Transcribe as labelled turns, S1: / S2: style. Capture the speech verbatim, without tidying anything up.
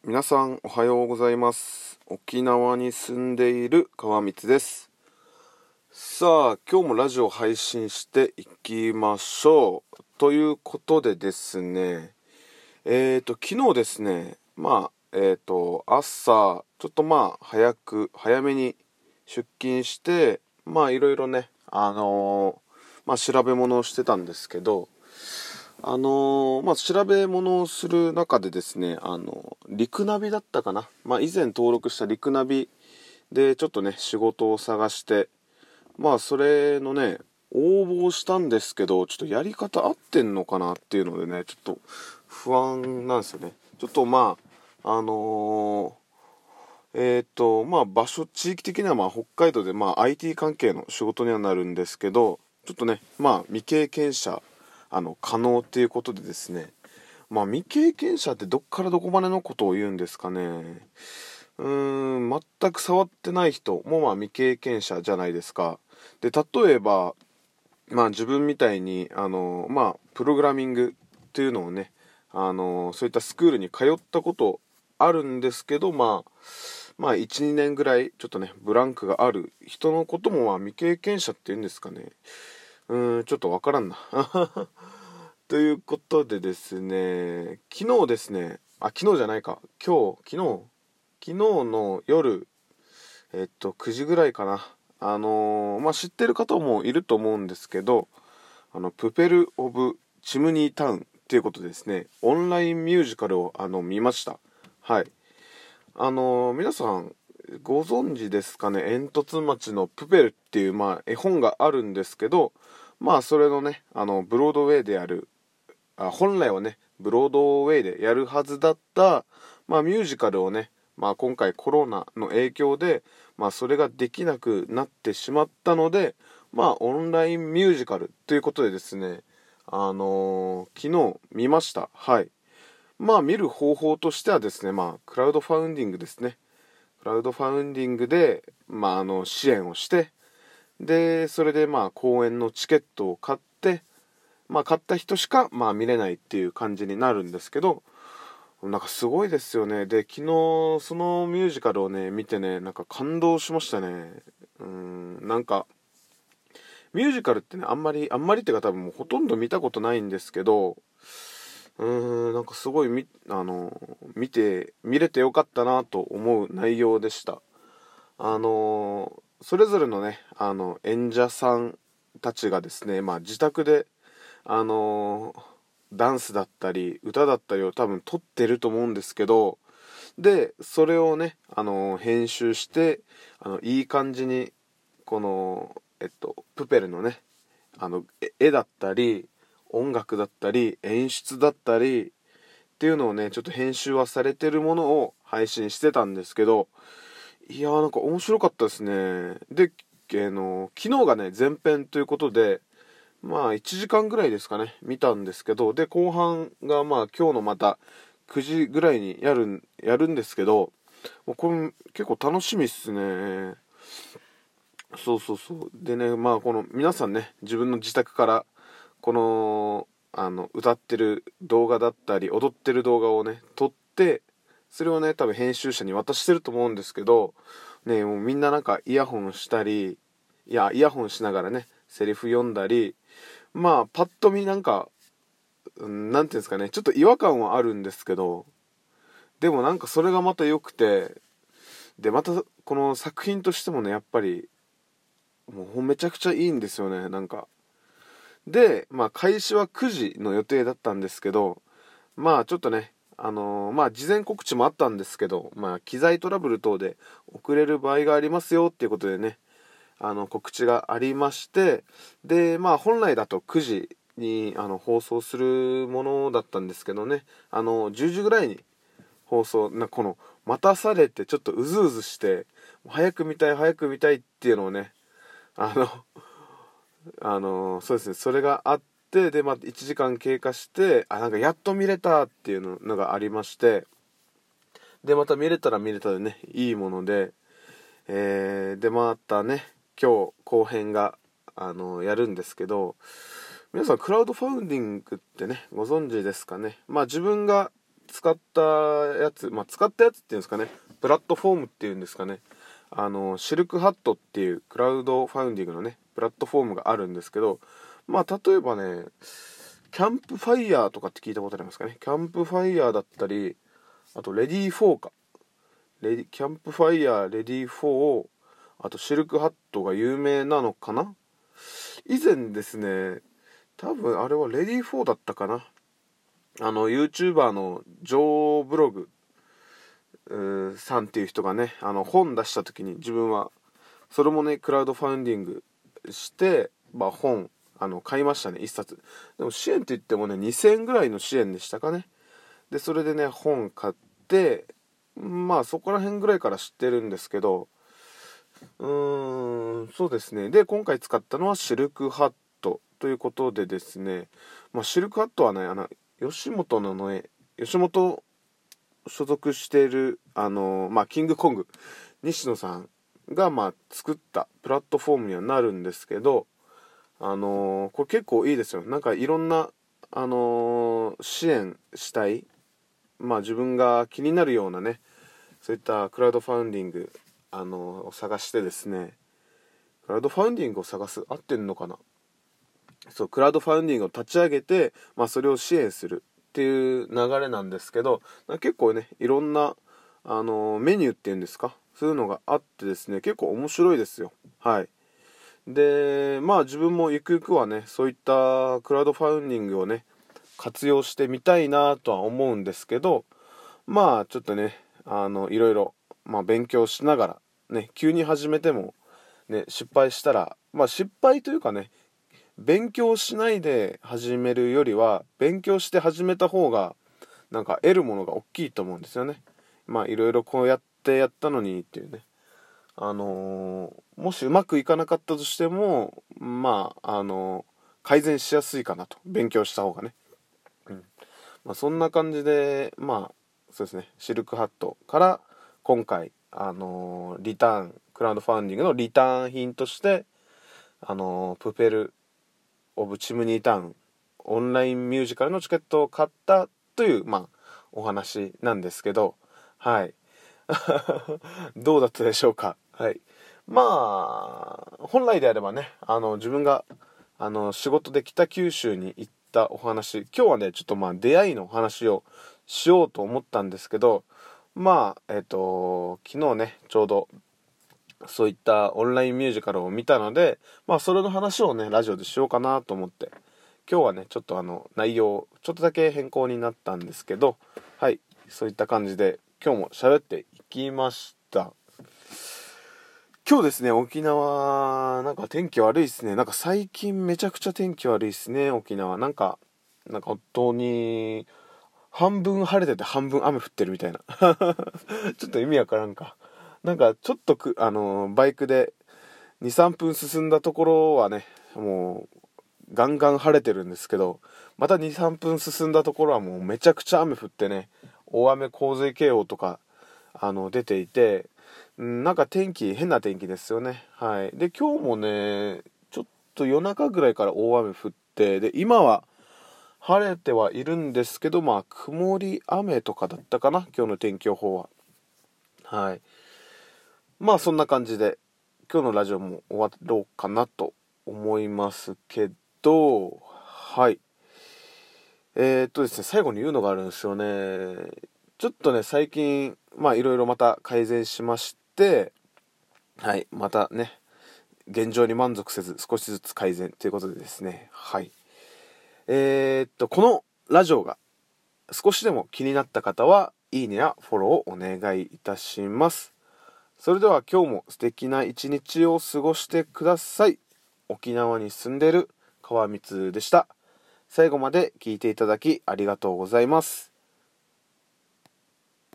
S1: 皆さんおはようございます。沖縄に住んでいる川光です。さあ、今日もラジオ配信していきましょう。ということでですね、えーと、昨日ですね、まあ、えーと、朝、ちょっとまあ、早く、早めに出勤して、まあ、いろいろね、あのーまあ、調べ物をしてたんですけど、あのーまあ、調べ物をする中でですね、あの、リクナビだったかな。まあ、以前登録したリクナビで、ちょっとね、仕事を探して、まあ、それのね、応募したんですけど、ちょっとやり方合ってんのかなっていうのでね、ちょっと不安なんですよね。ちょっとまあ、あのーえっと、まあ、場所、地域的にはまあ、北海道でまあ、アイティー 関係の仕事にはなるんですけど、ちょっとね、まあ、未経験者、あの、可能っていうことでですね、まあ、未経験者ってどっからどこまでのことを言うんですかね。うーん、全く触ってない人もまあ未経験者じゃないですか。で、例えば、まあ自分みたいに、あの、まあ、プログラミングっていうのをね、あの、そういったスクールに通ったことあるんですけど、まあ、まあいち、にねんぐらいちょっとね、ブランクがある人のこともまあ未経験者っていうんですかね。うーん、ちょっとわからんな。ということでですね、昨日ですね、あ、昨日じゃないか、今日、昨日、昨日の夜、えっと、くじぐらいかな。あのーまあ、知ってる方もいると思うんですけど、あの、プペル・オブ・チムニータウンっていうことでですね、オンラインミュージカルを、あの、見ました。はい。あのー皆さん、ご存知ですかね、煙突町のプペルっていう、まあ、絵本があるんですけど、まあ、それのね、あの、ブロードウェイである、あ本来はねブロードウェイでやるはずだった、まあ、ミュージカルをね、まあ、今回コロナの影響で、まあ、それができなくなってしまったので、まあ、オンラインミュージカルということでですね、あのー昨日見ました。はい。まあ見る方法としてはですね、まあクラウドファウンディングですね。クラウドファウンディングで、まああの支援をして、でそれでまあ公演のチケットを買って、まあ買った人しかまあ見れないっていう感じになるんですけど、なんかすごいですよね。で、昨日そのミュージカルをね、見てね、なんか感動しましたね。うーん、なんか、ミュージカルってね、あんまり、あんまりっていうか多分もうほとんど見たことないんですけど、うーん、なんかすごいみ、あの、見て、見れてよかったなと思う内容でした。あの、それぞれのね、あの、演者さんたちがですね、まあ自宅で、あのーダンスだったり歌だったりを多分撮ってると思うんですけど、でそれをね、あのー編集して、あのいい感じにこのえっとプペルのね、あの絵絵だったり音楽だったり演出だったりっていうのをね、ちょっと編集はされてるものを配信してたんですけど、いやーなんか面白かったですね。で、あの昨日がね前編ということで、まあいちじかんぐらいですかね、見たんですけど、で後半がまあ今日のまたくじぐらいにやるんやるんですけど、もうこれ結構楽しみっすね。そうそうそう。でね、まあこの皆さんね、自分の自宅からこのあの歌ってる動画だったり踊ってる動画をね撮って、それをね多分編集者に渡してると思うんですけどね、もうみんななんかイヤホンしたり、いやイヤホンしながらねセリフ読んだり、まあパッと見なんか、うん、なんていうんですかね、ちょっと違和感はあるんですけど、でもなんかそれがまた良くて、でまたこの作品としてもね、やっぱりもうめちゃくちゃいいんですよね。なんかで、まあ開始はくじの予定だったんですけど、まあちょっとね、あのーまあ事前告知もあったんですけど、まあ機材トラブル等で遅れる場合がありますよっていうことでね、あの告知がありまして、でまあ本来だとくじにあの放送するものだったんですけどね、あのじゅうじぐらいに放送な、この待たされてちょっとうずうずして、早く見たい早く見たいっていうのをね、あのあのそうですね、それがあって、でまあいちじかん経過して、あ、なんかやっと見れたっていうのがありまして、でまた見れたら見れたでね、いいもので、えー、でまたね今日後編があのやるんですけど、皆さんクラウドファウンディングってねご存知ですかね。まあ自分が使ったやつ、まあ使ったやつっていうんですかね、プラットフォームっていうんですかね、あのシルクハットっていうクラウドファウンディングのねプラットフォームがあるんですけど、まあ例えばね、キャンプファイヤーとかって聞いたことありますかね。キャンプファイヤーだったり、あとレディーフォーかレディキャンプファイヤー、レディーフォー、あとシルクハットが有名なのかな。以前ですね、多分あれはレディーフォーだったかな、あの YouTuber のジョーブログさんっていう人がね、あの本出した時に、自分はそれもねクラウドファウンディングして、まあ、本あの買いましたね、いっさつ。でも支援って言ってもねにせんえんぐらいの支援でしたかね。でそれでね本買って、まあそこら辺ぐらいから知ってるんですけど、うーんそうですね。で今回使ったのはシルクハットということでですね、まあ、シルクハットはね、あの吉本のね吉本所属しているあの、まあ、キングコング西野さんがまあ作ったプラットフォームにはなるんですけど、あのこれ結構いいですよ。なんかいろんなあの支援したい、まあ自分が気になるようなね、そういったクラウドファウンディングあのを探してですね、クラウドファウンディングを探す合ってんのかな、そうクラウドファウンディングを立ち上げて、まあ、それを支援するっていう流れなんですけど、結構ねいろんなあのメニューっていうんですか、そういうのがあってですね、結構面白いですよ。はい。でまあ自分もゆくゆくはねそういったクラウドファウンディングをね活用してみたいなとは思うんですけど、まあちょっとねあのいろいろ、まあ、勉強しながらね、急に始めてもね失敗したら、まあ失敗というかね、勉強しないで始めるよりは勉強して始めた方がなんか得るものが大きいと思うんですよね。まあいろいろこうやってやったのにっていうね、あのー、もしうまくいかなかったとしても、まああのー、改善しやすいかなと、勉強した方がね、うんまあ、そんな感じで、まあそうですね、シルクハットから今回あのー、リターンクラウドファウンディングのリターン品としてあのー、プペルオブチムニータウンオンラインミュージカルのチケットを買ったという、まあ、お話なんですけど、はいどうだったでしょうか。はい。まあ本来であればね、あの自分があの仕事で北九州に行ったお話、今日はねちょっとまあ出会いのお話をしようと思ったんですけど、まあえっと昨日ねちょうどそういったオンラインミュージカルを見たので、まあそれの話をねラジオでしようかなと思って、今日はねちょっとあの内容ちょっとだけ変更になったんですけど、はい、そういった感じで今日も喋っていきました。今日ですね、沖縄なんか天気悪いですね。なんか最近めちゃくちゃ天気悪いですね、沖縄。なんかなんか本当に半分晴れてて半分雨降ってるみたいなちょっと意味わからんか。なんかちょっとくあのバイクでにさんぷん進んだところはねもうガンガン晴れてるんですけど、またにさんぷん進んだところはもうめちゃくちゃ雨降ってね、大雨洪水警報とかあの出ていて、んなんか天気変な天気ですよね。はい。で今日もねちょっと夜中ぐらいから大雨降って、で今は晴れてはいるんですけど、まあ曇り雨とかだったかな、今日の天気予報は。はい。まあそんな感じで今日のラジオも終わろうかなと思いますけど、はい。えー、っとですね、最後に言うのがあるんですよね。ちょっとね、最近、まあいろいろまた改善しまして、はい、またね、現状に満足せず少しずつ改善ということでですね、はい。えー、っと、このラジオが少しでも気になった方は、いいねやフォローをお願いいたします。それでは今日も素敵な一日を過ごしてください。沖縄に住んでいる川光でした。最後まで聞いていただきありがとうございます。